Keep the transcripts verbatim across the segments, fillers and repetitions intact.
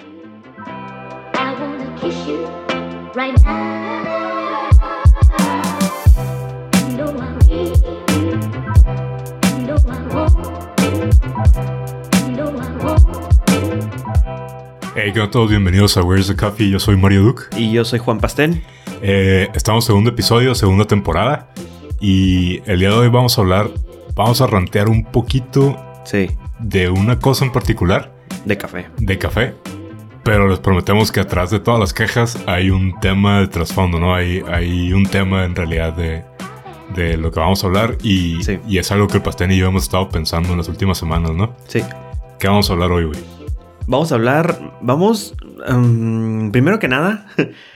I wanna kiss you right now. You know I need you. You know I want you. You know I want you. Hey, ¿qué onda todos? Bienvenidos a Where's the Coffee. Yo soy Mario Duke. Y yo soy Juan Pastén. Eh, estamos en segundo episodio, segunda temporada. Y el día de hoy vamos a hablar, vamos a rantear un poquito Sí. de una cosa en particular. De café. De café. Pero les prometemos que atrás de todas las quejas hay un tema de trasfondo, ¿no? Hay, hay un tema en realidad de, de lo que vamos a hablar. Y, Sí. y es algo que el Pastén y yo hemos estado pensando en las últimas semanas, ¿no? Sí. ¿Qué vamos a hablar hoy, güey? Vamos a hablar... Vamos... um, primero que nada...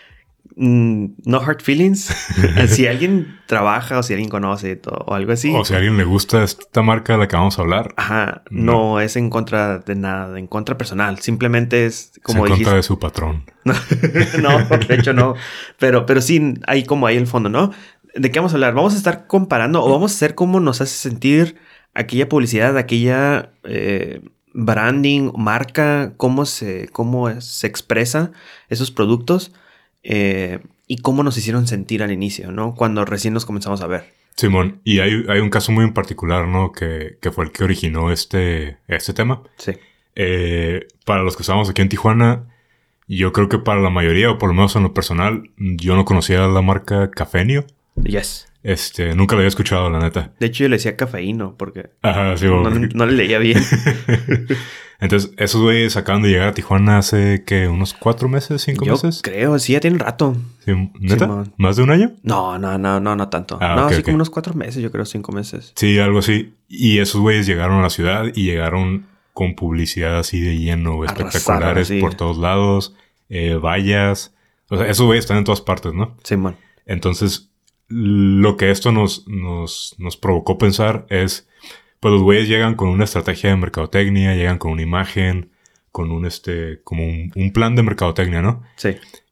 mm, no hard feelings. Si alguien trabaja o si alguien conoce to- o algo así... O si a alguien le gusta esta marca de la que vamos a hablar. Ajá. No, No. es en contra de nada. En contra personal. Simplemente es como en contra dijiste... de su patrón. No, de hecho no. Pero, pero sí, hay como ahí el fondo, ¿no? ¿De qué vamos a hablar? Vamos a estar comparando o vamos a hacer cómo nos hace sentir aquella publicidad, aquella eh, branding, marca, cómo se, cómo es- se expresa esos productos eh, y cómo nos hicieron sentir al inicio, ¿no? Cuando recién nos comenzamos a ver. Simón, y hay, hay un caso muy en particular, ¿no? Que, que fue el que originó este, este tema. Sí. Eh, para los que estábamos aquí en Tijuana, yo creo que para la mayoría, o por lo menos en lo personal, yo no conocía la marca Cafenio. Yes. Este, nunca la había escuchado, la neta. De hecho, yo le decía cafeíno porque Ajá, sí, no, porque- no le leía bien. Entonces, esos güeyes acaban de llegar a Tijuana hace, ¿qué? ¿Unos cuatro meses? ¿Cinco Yo meses? creo, sí, ya tiene un rato. Sí, ¿neta? Simón. ¿Más de un año? No, no, no, no, no tanto. Ah, no, ok, sí ok. como unos cuatro meses, yo creo, cinco meses. Sí, algo así. Y esos güeyes llegaron a la ciudad y llegaron con publicidad así de lleno, güey, Arrasaron, espectaculares sí. por todos lados, eh, vallas. O sea, esos güeyes están en todas partes, ¿no? Simón. Entonces, lo que esto nos, nos, nos provocó pensar es, pues los güeyes llegan con una estrategia de mercadotecnia, llegan con una imagen, con un, este, como un, un plan de mercadotecnia, ¿no? Sí.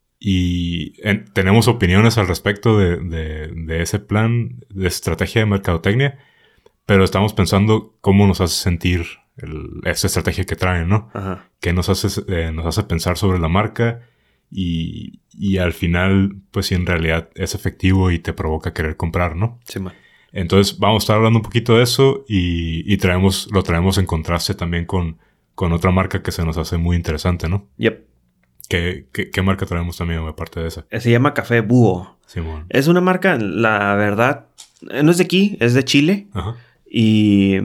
Y en- tenemos opiniones al respecto de, de, de ese plan de estrategia de mercadotecnia, pero estamos pensando cómo nos hace sentir el- esa estrategia que traen, ¿no? Ajá. Que nos hace, eh, nos hace pensar sobre la marca y, y al final, pues si en realidad es efectivo y te provoca querer comprar, ¿no? Simón. Entonces vamos a estar hablando un poquito de eso y, y traemos, lo traemos en contraste también con, con otra marca que se nos hace muy interesante, ¿no? Yep. ¿Qué, qué, qué marca traemos también aparte de esa? Se llama Café Búho. Simón. Es una marca, la verdad, eh, no es de aquí, es de Chile. Ajá. Y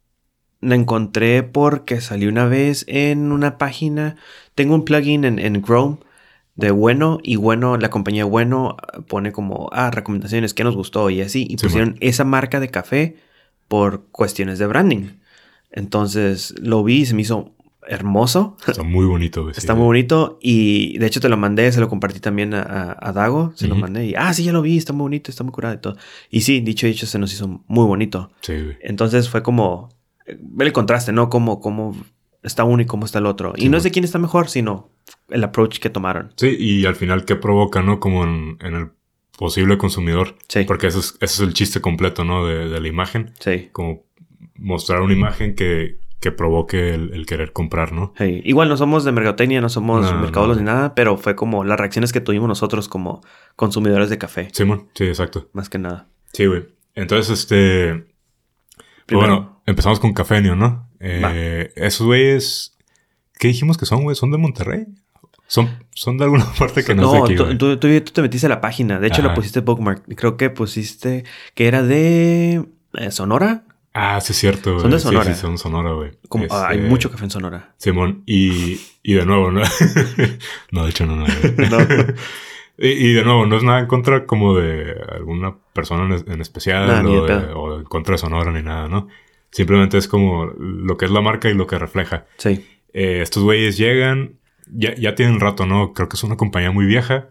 la encontré porque salió una vez en una página. Tengo un plugin en, en Chrome de Bueno. Y Bueno, la compañía Bueno pone como, ah, recomendaciones, que nos gustó y así. Y Sí, pusieron bueno. esa marca de café por cuestiones de branding. Entonces lo vi y se me hizo hermoso. Está muy bonito, güey. Está sí, muy güey. bonito y de hecho te lo mandé, se lo compartí también a, a, a Dago, se lo Ujú. mandé y, ah, sí, ya lo vi, está muy bonito, está muy curado y todo. Y sí, dicho y hecho, se nos hizo muy bonito. Sí, güey. Entonces fue como, eh, ver el contraste, ¿no? Como, como está uno y cómo está el otro. Sí, y no man. es de quién está mejor, sino el approach que tomaron. Sí, y al final, ¿qué provoca, no? Como en, en el posible consumidor. Sí. Porque ese es, ese es el chiste completo, ¿no? De, de la imagen. Sí. Como mostrar una imagen que, que provoque el, el querer comprar, ¿no? Sí. Igual no somos de mercadotecnia, no somos No, mercadólogos no. ni nada, pero fue como las reacciones que tuvimos nosotros como consumidores de café, Simón, sí, exacto. más que nada. Sí, güey. Entonces, este... pues Primero. bueno, empezamos con Cafenio, ¿no? Eh, esos güeyes... ¿Qué dijimos que son, güey? ¿Son de Monterrey? Son, son de alguna parte que no, es de No, aquí, tú, güey. tú, tú- tú te metiste a la página. De hecho, Ajá. lo pusiste bookmark. Creo que pusiste que era de eh, Sonora. Ah, sí es cierto, güey. Son de Sí, Sonora. Sí, son Sonora, güey. Como, Este, ah, hay mucho café en Sonora. Simón, y, y de nuevo, ¿no? No, de hecho no, no. güey. No. Y, y de nuevo, no es nada en contra como de alguna persona en, en especial Nada, ni de o, de- pedo. o en contra de Sonora ni nada, ¿no? Simplemente es como lo que es la marca y lo que refleja. Sí. Eh, estos güeyes llegan, ya, ya tienen rato, ¿no? Creo que es una compañía muy vieja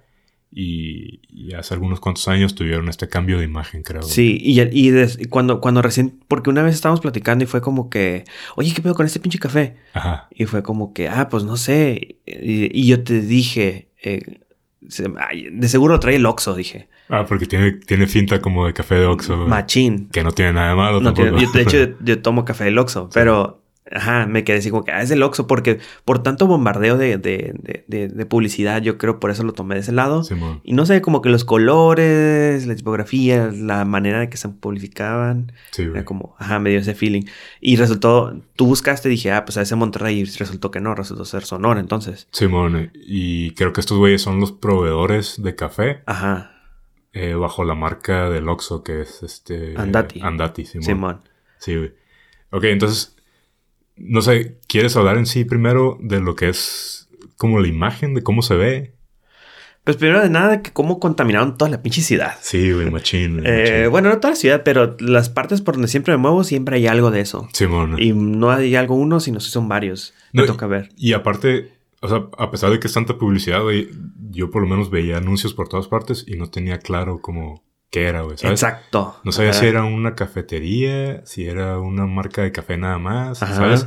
y, y hace algunos cuantos años tuvieron este cambio de imagen, creo. Sí, y, ya- y des- y cuando, cuando recién, porque una vez estábamos platicando y fue como que, oye, ¿qué pedo con este pinche café? Ajá. Y fue como que, ah, pues no sé. Y, y yo te dije, eh, se- ay, de seguro trae el Oxxo, dije. Ah, porque tiene, tiene finta como de café de Oxxo. güey. Machín. Que no tiene nada de malo No tampoco. tiene- yo, de hecho, yo, yo tomo café del Oxxo, pero Ajá, me quedé así como que, ah, es el Oxxo, porque por tanto bombardeo de, de, de, de, de publicidad, yo creo por eso lo tomé de ese lado. Simón. Y no sé, como que los colores, la tipografía, la manera en que se publicaban, Sí, güey. era como, ajá, me dio ese feeling. Y resultó, tú buscaste y dije, ah, pues a ese Monterrey, y resultó que no, resultó ser Sonora, entonces. Simón, y creo que estos güeyes son los proveedores de café Ajá, eh, bajo la marca del Oxxo, que es este... Andati. Andati, Simón. Simón. Sí, güey. Ok, entonces, no sé, ¿quieres hablar en sí primero de lo que es como la imagen, de cómo se ve? Pues primero de nada, que cómo contaminaron toda la pinche ciudad. Sí, güey, machín. güey, Eh, machín. bueno, no toda la ciudad, pero las partes por donde siempre me muevo, siempre hay algo de eso. Simón. Y no hay algo uno, sino si son varios. Me No, toca ver. Y aparte, o sea, a pesar de que es tanta publicidad, güey, yo por lo menos veía anuncios por todas partes y no tenía claro como qué era, güey, ¿sabes? Exacto. No sabía Ajá. si era una cafetería, si era una marca de café nada más, Ajá. ¿sabes?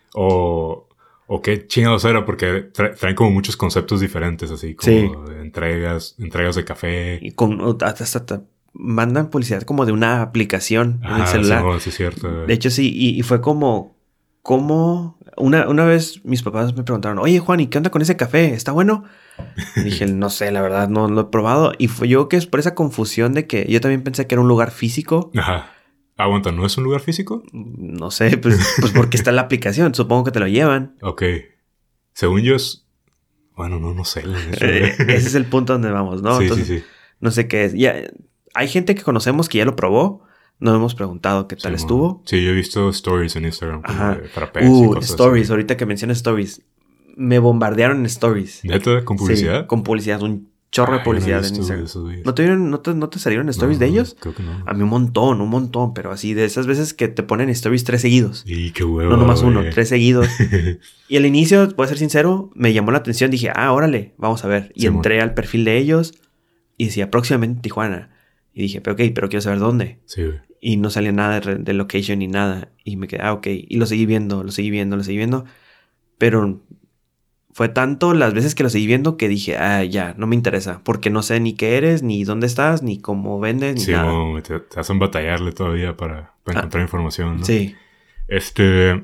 O, o qué chingados era, porque tra- traen como muchos conceptos diferentes, así como Sí. de entregas, entregas de café. Y con, hasta, hasta, hasta mandan publicidad como de una aplicación en el Ah, celular. sí, sí, es cierto. güey. De hecho, sí. Y, y fue como... ¿Cómo? Una, una vez mis papás me preguntaron, oye, Juan, ¿y qué onda con ese café? ¿Está bueno? Y dije, no sé, la verdad, no lo he probado. Y fue yo que es por esa confusión de que yo también pensé que era un lugar físico. Ajá. Aguanta, ¿no es un lugar físico? No sé, pues, pues porque está en la aplicación. Supongo que te lo llevan. Ok. Según yo es... Bueno, no, no sé. la neta, Eh, güey. ese es el punto donde vamos, ¿no? sí, Entonces, sí, sí. no sé qué es. Ya, hay gente que conocemos que ya lo probó. No hemos preguntado qué tal Simón. estuvo. Sí, yo he visto stories en Instagram como Ajá. de frappés y Uh, cosas stories. así. Ahorita que mencionas stories. Me bombardearon en stories. ¿Neta? ¿Con publicidad? Sí, con publicidad. Un chorro Ah, de publicidad yo no he en visto Instagram. esos, güey. ¿No te, vieron, no, te, ¿No te salieron stories No, de ellos? Creo que no. A mí un montón, un montón. Pero así de esas veces que te ponen stories tres seguidos. Y qué huevo. No nomás uno, güey. tres seguidos. Y al inicio, voy a ser sincero, me llamó la atención. Dije, ah, órale, vamos a ver. Y Simón. entré al perfil de ellos y decía próximamente en Tijuana. Y dije, pero ok, pero quiero saber dónde. Sí, güey. Y no salía nada de, de location ni nada. Y me quedé, ah, ok. Y lo seguí viendo, lo seguí viendo, lo seguí viendo. Pero fue tanto las veces que lo seguí viendo que dije, ah, ya, no me interesa. Porque no sé ni qué eres, ni dónde estás, ni cómo vendes, ni Sí, nada. no, güey, te, te hacen batallarle todavía para, para Ah. encontrar información, ¿no? Sí. Este...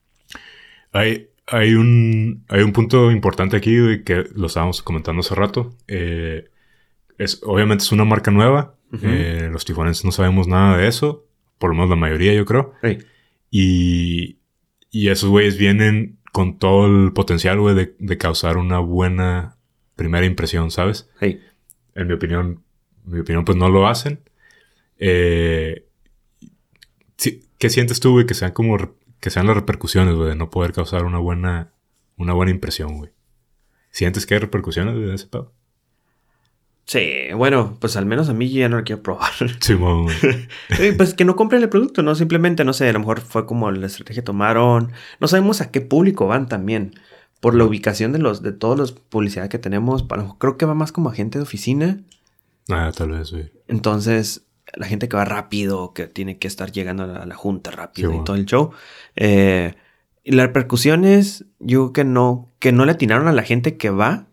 Hay, hay, un, hay un punto importante aquí, güey, que lo estábamos comentando hace rato. Eh, es, obviamente es una marca nueva. Ujú. Eh, los tijuanenses no sabemos nada de eso. Por lo menos la mayoría, yo creo. Sí. Y, y esos güeyes vienen con todo el potencial, güey, de, de causar una buena primera impresión, ¿sabes? Sí. En mi opinión, en mi opinión, pues no lo hacen. Eh, sí, ¿qué sientes tú, güey, que sean como re- que sean las repercusiones, güey, de no poder causar una buena una buena impresión, güey? ¿Sientes que hay repercusiones de ese pedo? Sí, bueno, pues al menos a mí yo ya no lo quiero probar. Simón, güey. Sí, pues que no compren el producto, ¿no? Simplemente, no sé, a lo mejor fue como la estrategia que tomaron. No sabemos a qué público van también. Por la ubicación de los de todos los publicidad que tenemos, para- creo que va más como a gente de oficina. Ah, tal vez, güey. Entonces, la gente que va rápido, que tiene que estar llegando a la, a la junta rápido Sí, y bueno. todo el show. Eh, y las repercusiones, yo creo que no, que no le atinaron a la gente que va.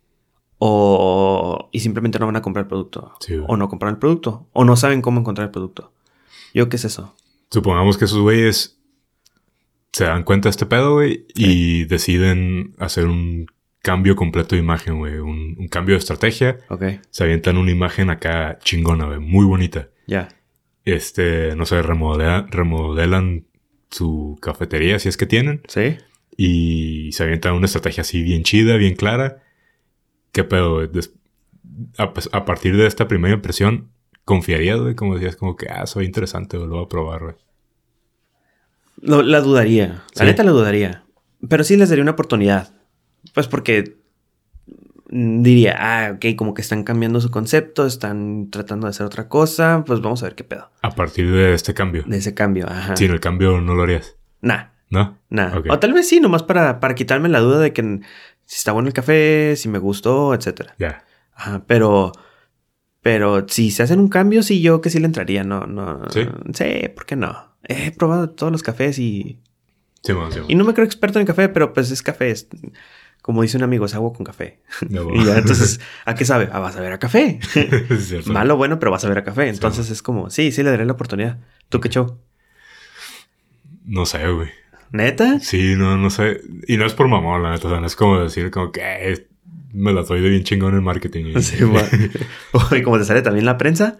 O y simplemente no van a comprar el producto. Sí, güey. O no comprar el producto. O no saben cómo encontrar el producto. Yo creo que es eso. Supongamos que esos güeyes se dan cuenta de este pedo, güey, y deciden hacer un cambio completo de imagen, güey. Un, un cambio de estrategia. Ok, Se avientan una imagen acá chingona, güey. Muy bonita. ya. Este, no sé, remodela- remodelan su cafetería, si es que tienen. ¿Sí? Y se avientan una estrategia así bien chida, bien clara. ¿Qué pedo, güey? Des- a, pues, a partir de esta primera impresión, ¿confiarías, güey? Como decías, como que, ah, soy interesante, güey, lo voy a probar, güey. Lo- la dudaría. La Sí. neta la dudaría. Pero sí les daría una oportunidad. Pues porque mm, diría, ah, ok, como que están cambiando su concepto, están tratando de hacer otra cosa, pues vamos a ver qué pedo. A partir de este cambio. De ese cambio, ajá. Sin el cambio no lo harías, Nah, ¿no? nah. Ok. O tal vez sí, nomás para, para quitarme la duda de que n- si está bueno el café, si me gustó, etcétera. Ya. Ajá, pero... Pero si se hacen un cambio, sí, yo que sí le entraría, no, no. ¿Sí? Sí, ¿por qué no? He probado todos los cafés y... Sí, man, sí, man. Y no me creo experto en café, pero pues es café. Es, como dice un amigo, es agua con café. No, Y ya, entonces, ¿a qué sabe? Ah, vas a ver a café. es cierto. Malo o bueno, pero vas a ver a café. Entonces Sí. es como, sí, sí le daré la oportunidad. ¿Tú qué show? No sé, güey. ¿Neta? Sí, no, no sé. Y no es por mamón, la neta. O sea, no es como decir como que eh, me la doy de bien chingón en marketing. Y... Sí, man. ¿Y cómo te sale también la prensa?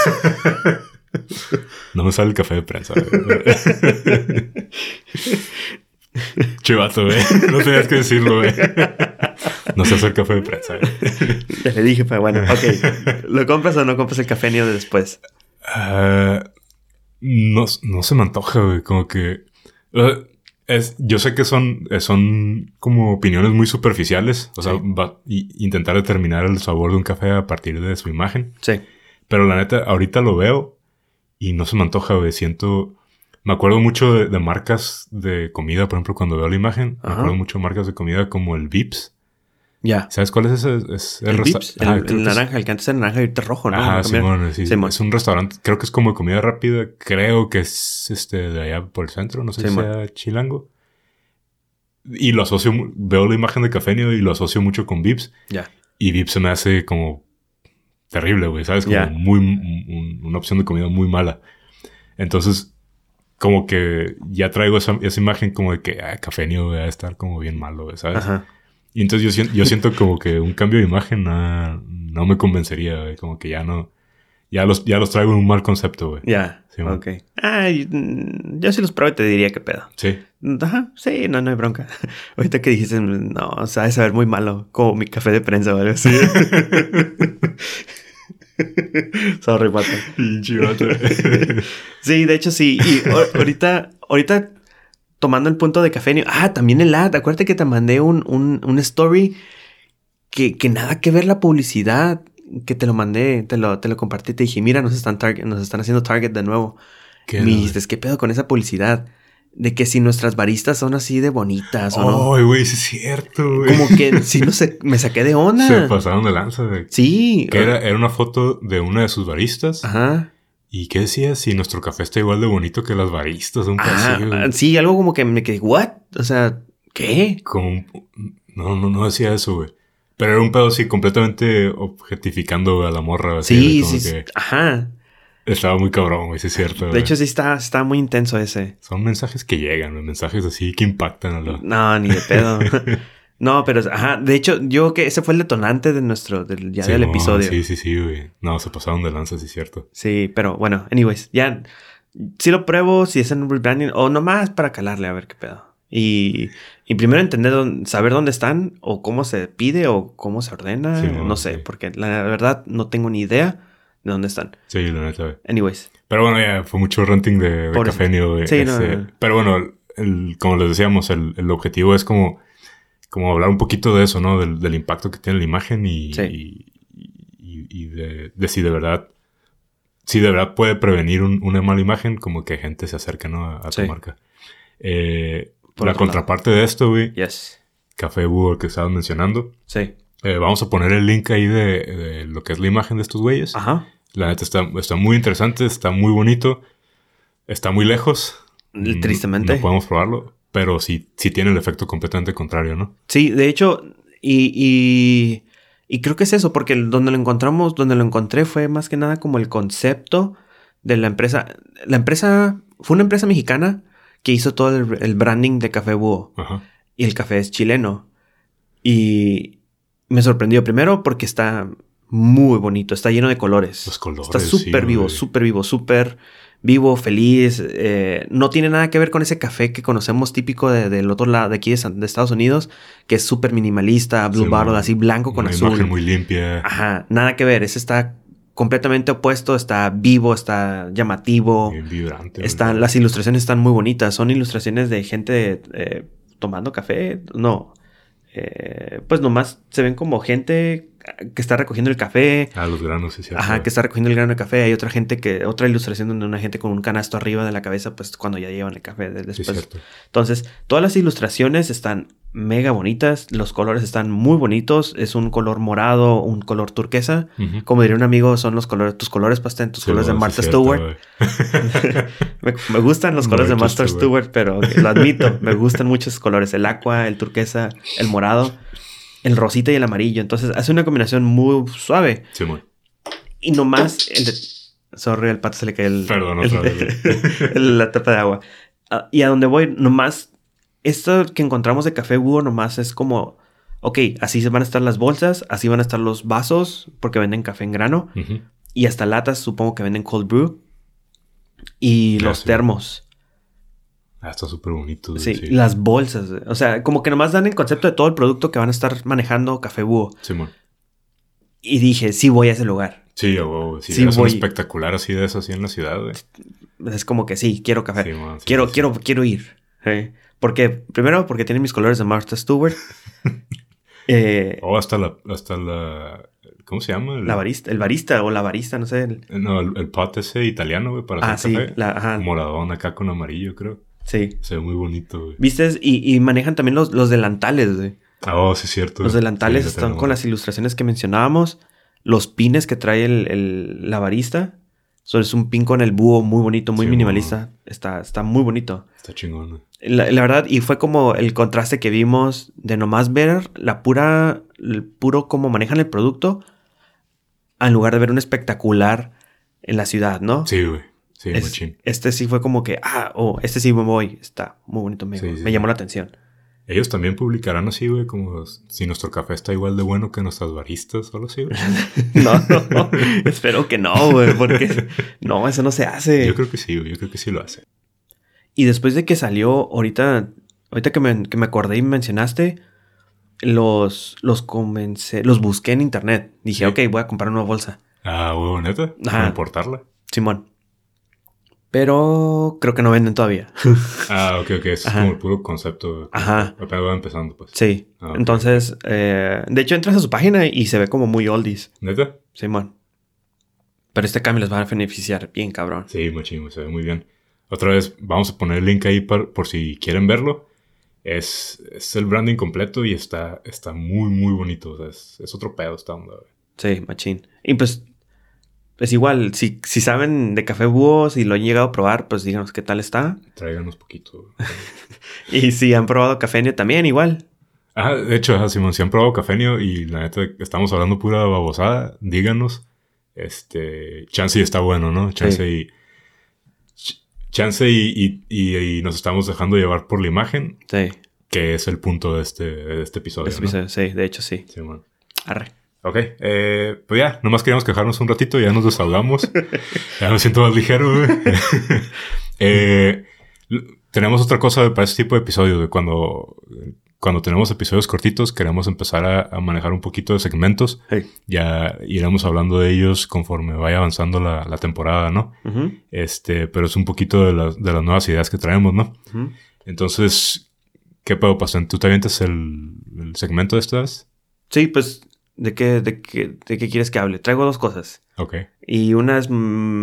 No me sale el café de prensa. Chivato, güey. No tenías que decirlo, güey. No se hace el café de prensa, güey. Ya le dije, pero bueno, ok. ¿Lo compras o no compras el café Neo de después? Uh, no, no se me antoja, güey. Como que... Uh, es, yo sé que son, son como opiniones muy superficiales. O sea, sí. va, y, intentar determinar el sabor de un café a partir de su imagen. Sí. Pero la neta, ahorita lo veo y no se me antoja, güey. Siento... Me acuerdo mucho de, de marcas de comida, por ejemplo, cuando veo la imagen. Ajá. Me acuerdo mucho de marcas de comida como el Vips. Ya. Yeah. ¿Sabes cuál es ese? Es el el Vips, el, Ajá, el, el naranja, es... el que antes era naranja y ahorita rojo, ¿no? Ajá, Simón, sí, Simón. Es un restaurante, creo que es como de comida rápida. Creo que es este de allá por el centro, no sé Simón. Si sea chilango. Y lo asocio, veo la imagen de Café Neo y lo asocio mucho con Vips. Ya. Yeah. Y Vips se me hace como terrible, güey, ¿sabes? Como yeah. muy, un, una opción de comida muy mala. Entonces... Como que ya traigo esa, esa imagen como de que ah, Café Neo va a estar como bien malo, ¿sabes? Ajá. Y entonces yo siento, yo siento como que un cambio de imagen no, no me convencería, güey. Como que ya no... Ya los, ya los traigo en un mal concepto, güey. Ya, yeah. sí, ok. Ah, yo si los pruebo te diría qué pedo. Sí. Ajá, sí, no, no hay bronca. Ahorita que dijiste, no, o sea, es saber muy malo. Como mi café de prensa, ¿vale? Sí. Sorry, pato. Pinche vato. Sí, de hecho sí. Y ahorita, ahorita tomando el punto de Café Neo. Ah, también el ad. Acuérdate que te mandé un, un, un story que, que nada que ver la publicidad. Que te lo mandé, te lo, te lo compartí. Te dije, mira, nos están, target, nos están haciendo target de nuevo. ¿Qué? Me dijiste, ¿qué pedo con esa publicidad? De que si nuestras baristas son así de bonitas o no. Ay, güey, sí es cierto, güey. Como que sí no sé, me saqué de onda. Se pasaron de lanza, güey. Sí. Que era, era una foto de una de sus baristas. Ajá. ¿Y qué decía? Si nuestro café está igual de bonito que las baristas de un pasillo. Ah, sí, algo como que me quedé, ¿what? O sea, ¿qué? Como... No, no, no decía eso, güey. Pero era un pedo así completamente objetificando a la morra. Así, sí, sí. Que... Ajá. Estaba muy cabrón, güey, sí es cierto. De güey. hecho, sí está, está muy intenso ese. Son mensajes que llegan, güey, mensajes así que impactan a la... No, ni de pedo. No, pero, ajá, de hecho, yo que ese fue el detonante de nuestro, del, ya sí, del no, episodio. Sí, sí, sí, güey. No, se pasaron de lanza, sí es cierto. Sí, pero bueno, anyways, ya, si lo pruebo, si es en un rebranding, o nomás para calarle a ver qué pedo. Y, y primero entender, dónde, saber dónde están, o cómo se pide, o cómo se ordena, sí, no, no sé, sí. Porque la verdad no tengo ni idea de dónde están. Sí, la neta, güey. Anyways. Pero bueno, ya fue mucho ranting de, de Café Neo, güey. Sí, este, no, no. Pero bueno, el, como les decíamos, el, el objetivo es como, como hablar un poquito de eso, ¿no? Del, del impacto que tiene la imagen y, sí. y, y, y de, de si de verdad, si de verdad puede prevenir un, una mala imagen, como que gente se acerque, ¿no? A, a sí. tu marca. Eh, la contraparte lado. De esto, güey. Yes. Café Búho que estabas mencionando. Sí. Eh, vamos a poner el link ahí de, de lo que es la imagen de estos güeyes. Ajá. La neta está, está muy interesante, está muy bonito. Está muy lejos. Tristemente. No, no podemos probarlo. Pero sí, sí tiene el efecto completamente contrario, ¿no? Sí, de hecho, y, y, y creo que es eso, porque donde lo encontramos, donde lo encontré fue más que nada como el concepto de la empresa. La empresa fue una empresa mexicana que hizo todo el, el branding de Café Búho. Ajá. Y el café es chileno. Y me sorprendió primero porque está muy bonito, está lleno de colores. Los colores, está súper sí, vivo, güey. súper vivo, súper vivo, feliz. Eh, no tiene nada que ver con ese café que conocemos típico de, del otro lado, de aquí de, de Estados Unidos, que es súper minimalista, blue sí, bottle, así blanco con una azul. Una imagen muy limpia. Ajá, nada que ver. Ese está completamente opuesto, está vivo, está llamativo. Bien vibrante. Están, las ilustraciones están muy bonitas. Son ilustraciones de gente eh, tomando café. No. Eh, pues nomás se ven como gente que está recogiendo el café. Ah, los granos, sí, cierto. Ajá, que está recogiendo el grano de café. Hay otra gente que, otra ilustración donde una gente con un canasto arriba de la cabeza, pues cuando ya llevan el café después. Sí, cierto. Entonces, todas las ilustraciones están mega bonitas. Los colores están muy bonitos. Es un color morado, un color turquesa. Uh-huh. Como diría un amigo, son los colores, tus colores pastel, tus sí, colores bueno, de Martha sí, Stewart. me, me gustan los colores no, de Martha Stewart, pero lo admito. Me gustan muchos colores. El aqua, el turquesa, el morado, el rosita y el amarillo. Entonces, hace una combinación muy suave. Sí, muy. Y nomás el de... Sorry, al pato se le cae el... Perdón, el, otra vez. el, la tapa de agua. Uh, y a donde voy, nomás esto que encontramos de Café Búho nomás es como, ok, así van a estar las bolsas, así van a estar los vasos, porque venden café en grano, Uh-huh. y hasta latas, supongo que venden cold brew, y Ya, los sí. termos. Ah, está súper bonito. Sí, Sí, las bolsas. O sea, como que nomás dan el concepto de todo el producto que van a estar manejando Café Búho. Simón. Y dije, sí voy a ese lugar. Sí, a huevo. Si Sí, es un voy. espectacular así de eso, así en la ciudad, güey. Es como que sí, quiero café. Sí, man, sí, quiero, sí. quiero, quiero ir. ¿Eh? Porque, primero, porque tiene mis colores de Martha Stewart. eh, O hasta la, hasta la... ¿Cómo se llama? El, la barista, el barista o la barista, no sé. el- No, el, el pot ese italiano, güey, para Ah, hacer sí, café. la- ajá. Moradón acá con amarillo, creo. Sí. Se ve muy bonito, güey. ¿Viste? Y, y manejan también los, los delantales, güey. Ah, oh, sí es cierto. Los delantales Sí, están tenemos. con las ilustraciones que mencionábamos. Los pines que trae el, el- la barista. So, es un pin con el búho muy bonito, muy Sí, minimalista. Está, está muy bonito. Está chingón, güey. La, la verdad, y fue como el contraste que vimos de nomás ver la pura, el puro cómo manejan el producto, en lugar de ver un espectacular en la ciudad, ¿no? Sí, güey. Sí, Es- machín. este sí fue como que, ah, oh, este sí me voy. Está muy bonito, me, Sí, sí, me sí. llamó la atención. Ellos también publicarán así, güey, como si nuestro café está igual de bueno que nuestras baristas o algo así, güey. No, no, no. Espero que no, güey, porque no, eso no se hace. Yo creo que sí, güey. Yo creo que sí lo hace. Y después de que salió, ahorita, ahorita que me, que me acordé y mencionaste, los, los comencé, los busqué en internet. Dije, Sí. ok, voy a comprar una bolsa. Ah, güey, neta. Ajá. ¿Para importarla? Simón. Pero creo que no venden todavía. Ah, ok, ok. Es Ajá. como el puro concepto. güey. Ajá. Apenas va empezando, pues. Sí. Ah, ok. Entonces, eh, de hecho, entras a su página y se ve como muy oldies. ¿Neta? Simón. Pero este cambio les va a beneficiar bien, cabrón. Sí, machín, güey, se ve muy bien. Otra vez, vamos a poner el link ahí por, por si quieren verlo. Es, es el branding completo y está, está muy, muy bonito. O sea, es, es otro pedo esta onda, güey. Sí, machín. Y pues, pues igual, si, si saben de Café Búho, si lo han llegado a probar, pues díganos qué tal está. Tráiganos poquito. Y si han probado Cafenio también, igual. Ah, de hecho, ajá, Simón, si han probado Cafenio y la neta estamos hablando pura babosada, díganos. Este, chance y está bueno, ¿no? Chance Sí. y... ch- Chance y, y, y, y nos estamos dejando llevar por la imagen, Sí. que es el punto de este, de este episodio, Este ¿no? episodio, sí, de hecho sí. Simón. Arre. Ok, eh, pues ya, nomás queríamos quejarnos un ratito, ya nos desahogamos. Ya me siento más ligero, güey. eh, l- tenemos otra cosa para este tipo de episodios, güey. Cuando, cuando tenemos episodios cortitos, queremos empezar a, a manejar un poquito de segmentos. Hey. Ya iremos hablando de ellos conforme vaya avanzando la, la temporada, ¿no? Ujú, Este, pero es un poquito de las, de las nuevas ideas que traemos, ¿no? ujú. Entonces, ¿qué pedo, Pastor? ¿Tú te avientas el, el segmento de estas? Sí, pues, ¿de qué, de, qué, ¿de qué quieres que hable? Traigo dos cosas. Ok. Y una es...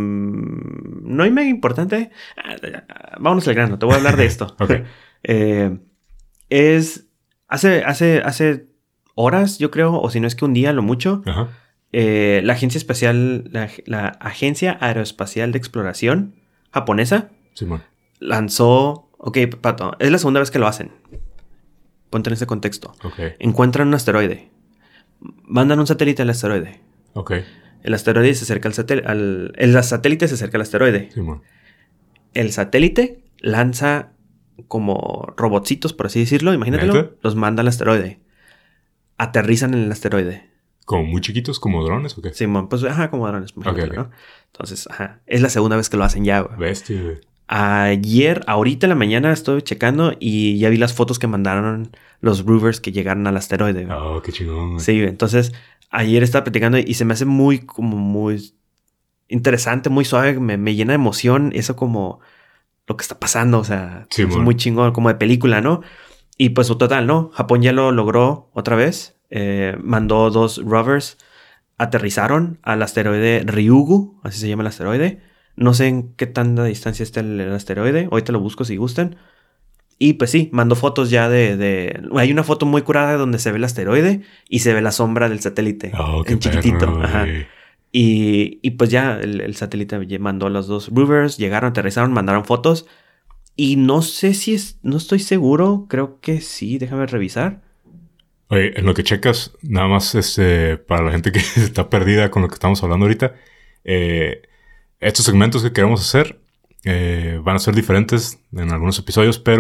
mm, no hay mega importante. Ah, ah, vámonos al grano, te voy a hablar de esto. Ok. Eh, es... Hace, hace, hace horas, yo creo, o si no es que un día, lo mucho, Ajá. eh, la Agencia Espacial, la, la Agencia Aeroespacial de Exploración japonesa Simón. lanzó... Ok, Pato, es la segunda vez que lo hacen. Ponte en ese contexto. Ok. Encuentran un asteroide. Mandan un satélite al asteroide. Ok. El asteroide se acerca al satélite. Al, el satélite se acerca al asteroide. Simón. El satélite lanza como robotcitos, por así decirlo. Imagínatelo. ¿Neta? Los manda al asteroide. Aterrizan en el asteroide. ¿Como muy chiquitos, como drones o qué? Simón, pues ajá, como drones, imagínatelo, Ok, ok. ¿no? Entonces, ajá. Es la segunda vez que lo hacen ya, güey. Bestia, güey. Ayer, ahorita en la mañana estuve checando y ya vi las fotos que mandaron los rovers que llegaron al asteroide, güey. Oh, qué chingón, güey. Sí, entonces ayer estaba platicando y se me hace muy, como muy interesante, muy suave, me, me llena de emoción eso como lo que está pasando, o sea, Sí, es mon. muy chingón, como de película, ¿no? Y pues total, ¿no? Japón ya lo logró otra vez, eh, mandó dos rovers, aterrizaron al asteroide Ryugu, así se llama el asteroide. No sé en qué tanta distancia está el, el asteroide, ahorita lo busco si gustan. Y pues sí, mandó fotos ya de, de... Hay una foto muy curada donde se ve el asteroide y se ve la sombra del satélite. Oh, qué en chiquitito. perro, Ajá. güey. Y, y pues ya el, el satélite ya mandó los dos rovers, llegaron, aterrizaron, mandaron fotos. Y no sé si es... No estoy seguro, creo que sí, déjame revisar. Oye, en lo que checas, nada más este, para la gente que está perdida con lo que estamos hablando ahorita, eh, estos segmentos que queremos hacer eh, van a ser diferentes en algunos episodios, pero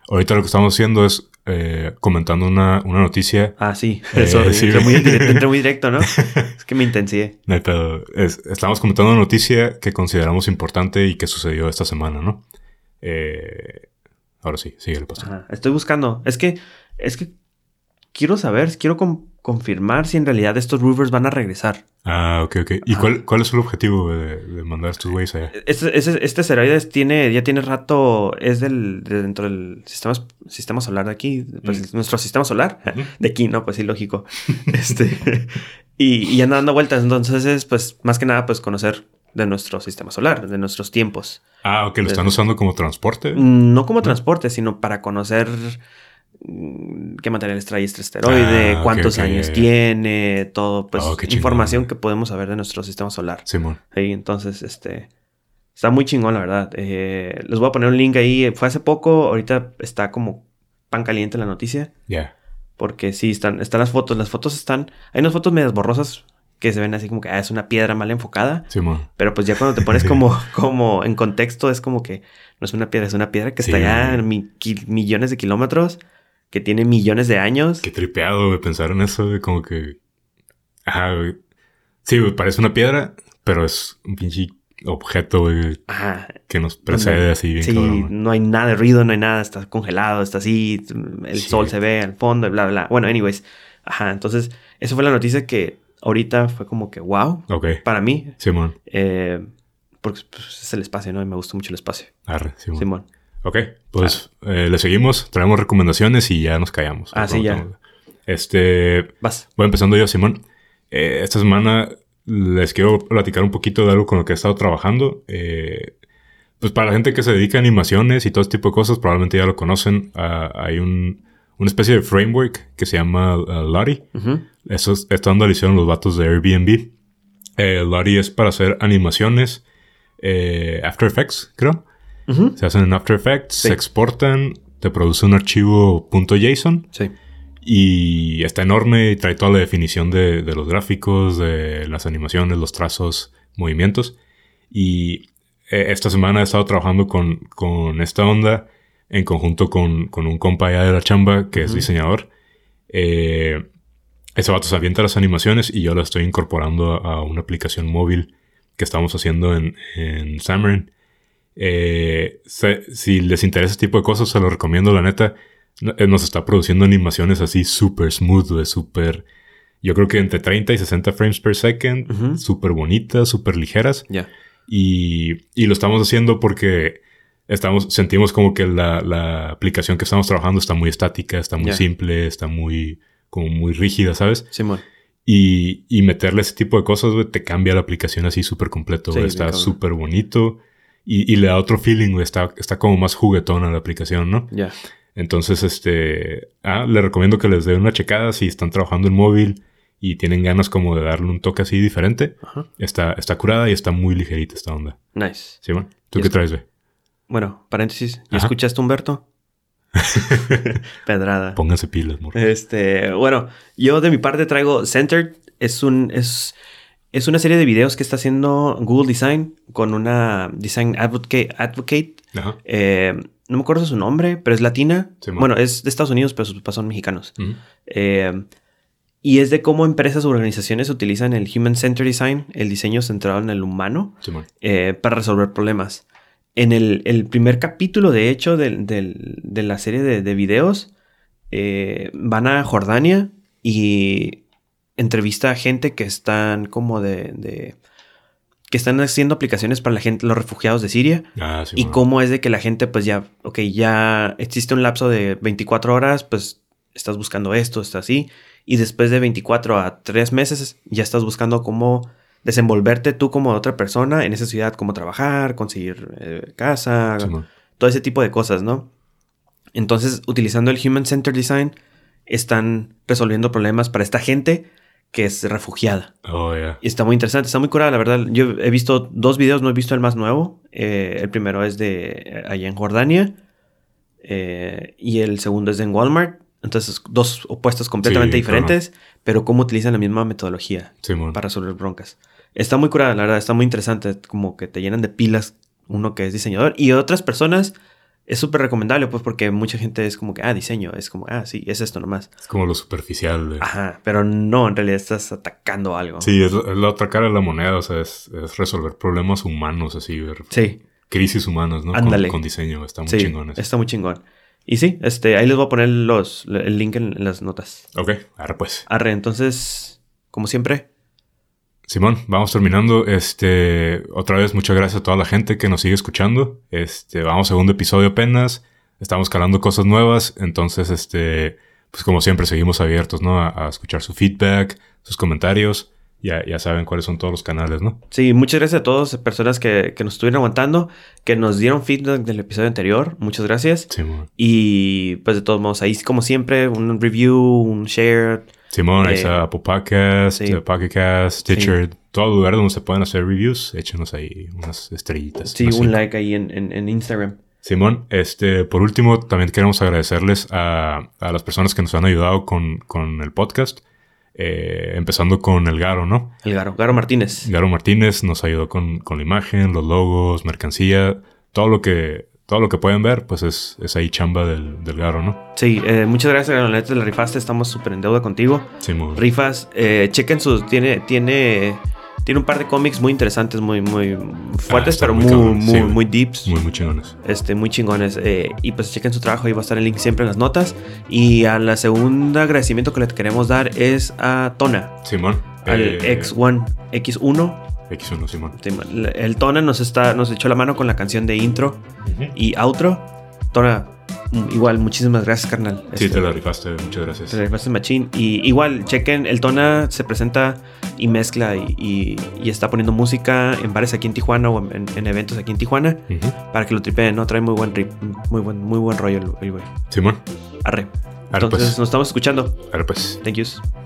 ahorita lo que estamos haciendo es eh, comentando una, una noticia. Ah, sí. Eh, Eso, sí. entré, muy directo, entré muy directo, ¿no? Es que me intensié. No hay pedo. Es- estamos comentando una noticia que consideramos importante y que sucedió esta semana, ¿no? Eh, ahora sí, sigue el pastor. Ajá. Estoy buscando. Es que, es que quiero saber, quiero con- confirmar si en realidad estos rovers van a regresar. Ah, ok, ok. ¿Y Ajá. cuál, cuál es el objetivo de, de mandar a estos güeyes allá? Este, este, este asteroide tiene, ya tiene rato, es del, de dentro del sistema, sistema solar de aquí, pues Mm. nuestro sistema solar, Ujú. de aquí, ¿no? Pues sí, lógico. este, y, y anda dando vueltas, entonces es, pues, más que nada, pues, conocer de nuestro sistema solar, de nuestros tiempos. Ah, ok, lo están Desde- usando como transporte. No como transporte, sino para conocer mm, qué materiales trae este asteroide, Ah, ok, cuántos ok, años ya, ya. tiene, todo, pues, Oh, qué chingón. información que podemos saber de nuestro sistema solar. Simón. Sí, entonces, este... Está muy chingón, la verdad. Eh, les voy a poner un link ahí. Fue hace poco. Ahorita está como pan caliente la noticia. Ya. Porque sí, están, están las fotos. Las fotos están... Hay unas fotos medias borrosas que se ven así como que ah, es una piedra mal enfocada. Simón. Pero pues ya cuando te pones como, como en contexto es como que no es una piedra, es una piedra que Sí, está ya güey. en mi- ki- millones de kilómetros. Que tiene millones de años. Qué tripeado, güey, pensar en eso, güey, como que... Ajá, güey. Sí, güey, parece una piedra, pero es un pinche objeto, güey, Ajá. que nos precede Donde- así bien Sí, cabrón, güey. no hay nada de ruido, no hay nada, está congelado, está así, el Sí. sol se ve al fondo y bla, bla. Bueno, anyways. Ajá, entonces, esa fue la noticia que ahorita fue como que wow, Ok. para mí, Simón. eh, porque pues, es el espacio, ¿no? Y me gusta mucho el espacio. Arre, Simón. Simón. Ok, pues eh, le seguimos, traemos recomendaciones y ya nos callamos. Ah, sí, ya. Este, Vas. voy empezando yo, Simón. Eh, esta semana les quiero platicar un poquito de algo con lo que he estado trabajando. Eh, pues para la gente que se dedica a animaciones y todo este tipo de cosas, probablemente ya lo conocen. Ah, hay un, una especie de framework que se llama uh, Lottie. Ujú. Eso es, esta onda lo hicieron los vatos de Airbnb. Eh, Lottie es para hacer animaciones, eh, After Effects, creo. Ujú. Se hacen en After Effects, Sí. se exportan, te produce un archivo .json Sí. y está enorme y trae toda la definición de, de los gráficos, de las animaciones, los trazos, movimientos. Y eh, esta semana he estado trabajando con, con esta onda en conjunto con, con un compa allá de la chamba que es Ujú. diseñador. Eh, ese vato se avienta las animaciones y yo las estoy incorporando a, a una aplicación móvil que estamos haciendo en, en Xamarin. Eh, se- si les interesa ese tipo de cosas, se lo recomiendo, la neta. No- eh, Nos está produciendo animaciones así súper smooth, güey, súper... Yo creo que entre treinta y sesenta frames per second, Ujú. súper bonitas, súper ligeras. Ya. Y, y lo estamos haciendo porque estamos, sentimos como que la, la aplicación que estamos trabajando está muy estática, está muy Ya. simple, está muy, como muy rígida, ¿sabes? Simón. Y, y meterle ese tipo de cosas, güey, te cambia la aplicación así súper completo, Sí, güey. bien Está cabrón. súper bonito y, y le da otro feeling, güey. Está, está como más juguetona la aplicación, ¿no? Ya. Entonces, este... Ah, les recomiendo que les den una checada si están trabajando en móvil y tienen ganas como de darle un toque así diferente. Ajá. Está, está curada y está muy ligerita esta onda. Nice. ¿Sí, man? ¿Tú Y qué es- traes, güey? Bueno, paréntesis. ¿Ya Ajá. escuchaste, Humberto? Pedrada. Pónganse pilas, morro. Este, bueno, yo de mi parte traigo Centered. Es un, es, es una serie de videos que está haciendo Google Design con una Design Advocate. advocate. Ajá. Eh, no me acuerdo su nombre, pero es latina. Sí, man. Bueno, es de Estados Unidos, pero sus papás son mexicanos. Ujú. Eh, y es de cómo empresas o organizaciones utilizan el Human Centered Design, el diseño centrado en el humano, Sí, man. eh, para resolver problemas. En el, el primer capítulo, de hecho, del- del- de la serie de, de videos, eh, van a Jordania y entrevista a gente que están como de, de- que están haciendo aplicaciones para la gente, los refugiados de Siria. Ah, sí, Y man. cómo es de que la gente, pues ya, ok, ya existe un lapso de veinticuatro horas, pues estás buscando esto, está así. Y después de veinticuatro a tres meses, ya estás buscando cómo desenvolverte tú como otra persona en esa ciudad, cómo trabajar, conseguir eh, casa, Sí, man. todo ese tipo de cosas, ¿no? Entonces, utilizando el Human Centered Design, están resolviendo problemas para esta gente que es refugiada. Oh, yeah. Y está muy interesante, está muy curada, la verdad. Yo he visto dos videos, no he visto el más nuevo. Eh, el primero es de eh, allá en Jordania eh, y el segundo es de en Walmart. Entonces, dos opuestos completamente Sí, diferentes, pero cómo utilizan la misma metodología Sí, man. para resolver broncas. Está muy curada, la verdad, está muy interesante, como que te llenan de pilas uno que es diseñador y otras personas es súper recomendable, pues, porque mucha gente es como que, ah, diseño, es como, ah, sí, es esto nomás. Es como lo superficial. De... Ajá, pero no, en realidad estás atacando algo. Sí, es, es la otra cara de la moneda, o sea, es, es resolver problemas humanos, así, ver Sí. crisis humanas, ¿no? Ándale. Con, con diseño, está muy Sí, chingón eso. está muy chingón. Y sí, este, ahí les voy a poner los, el link en, en las notas. Ok, ahora pues. Arre, entonces, como siempre. Simón, vamos terminando. Este, otra vez, muchas gracias a toda la gente que nos sigue escuchando. Este, vamos a segundo episodio apenas. Estamos calando cosas nuevas. Entonces, este, pues como siempre, seguimos abiertos, ¿no? A, a escuchar su feedback, sus comentarios. Ya, ya saben cuáles son todos los canales, ¿no? Sí, muchas gracias a todas personas que, que nos estuvieron aguantando, que nos dieron feedback del episodio anterior. Muchas gracias. Simón. Y pues de todos modos, ahí como siempre, un review, un share. Simón, ahí Eh, está Apple Podcast, sí. Pocket Cast, Stitcher, Sí. todo lugar donde se pueden hacer reviews. Échenos ahí unas estrellitas. Sí, unas un cinco. like ahí en, en, en Instagram. Simón, este, por último, también queremos agradecerles a, a las personas que nos han ayudado con, con el podcast. Eh, empezando con el Garo, ¿no? El Garo, Garo Martínez. Garo Martínez nos ayudó con, con la imagen, los logos, mercancía, todo lo que, todo lo que pueden ver, pues es, es ahí chamba del, del Garo, ¿no? Sí, eh, muchas gracias, la neta, la rifaste. Estamos súper en deuda contigo. Simón. Rifas, eh, chequen sus. Tiene, tiene, tiene un par de cómics muy interesantes, muy, muy fuertes, Ah, está pero muy muy, cabrón, muy, sí, güey. muy deeps. Muy, muy chingones. Este, muy chingones. Eh, y pues chequen su trabajo, ahí va a estar el link siempre en las notas. Y a la segunda agradecimiento que le queremos dar es a Tona, Simón. al eh, X uno, X uno. X uno, Simón. El Tona nos está, nos echó la mano con la canción de intro y outro. Tona, mm, igual, muchísimas gracias, carnal. Sí, Este, te la rifaste, muchas gracias. Te la rifaste machín. Y igual, chequen, el Tona se presenta y mezcla y, y, y está poniendo música en bares aquí en Tijuana o en, en eventos aquí en Tijuana Ujú. para que lo tripeen, ¿no? Trae muy buen rip, muy buen, muy buen rollo el- el güey. Simón. Arre. Arre, Entonces, pues. nos estamos escuchando. Ahora pues. Thank yous.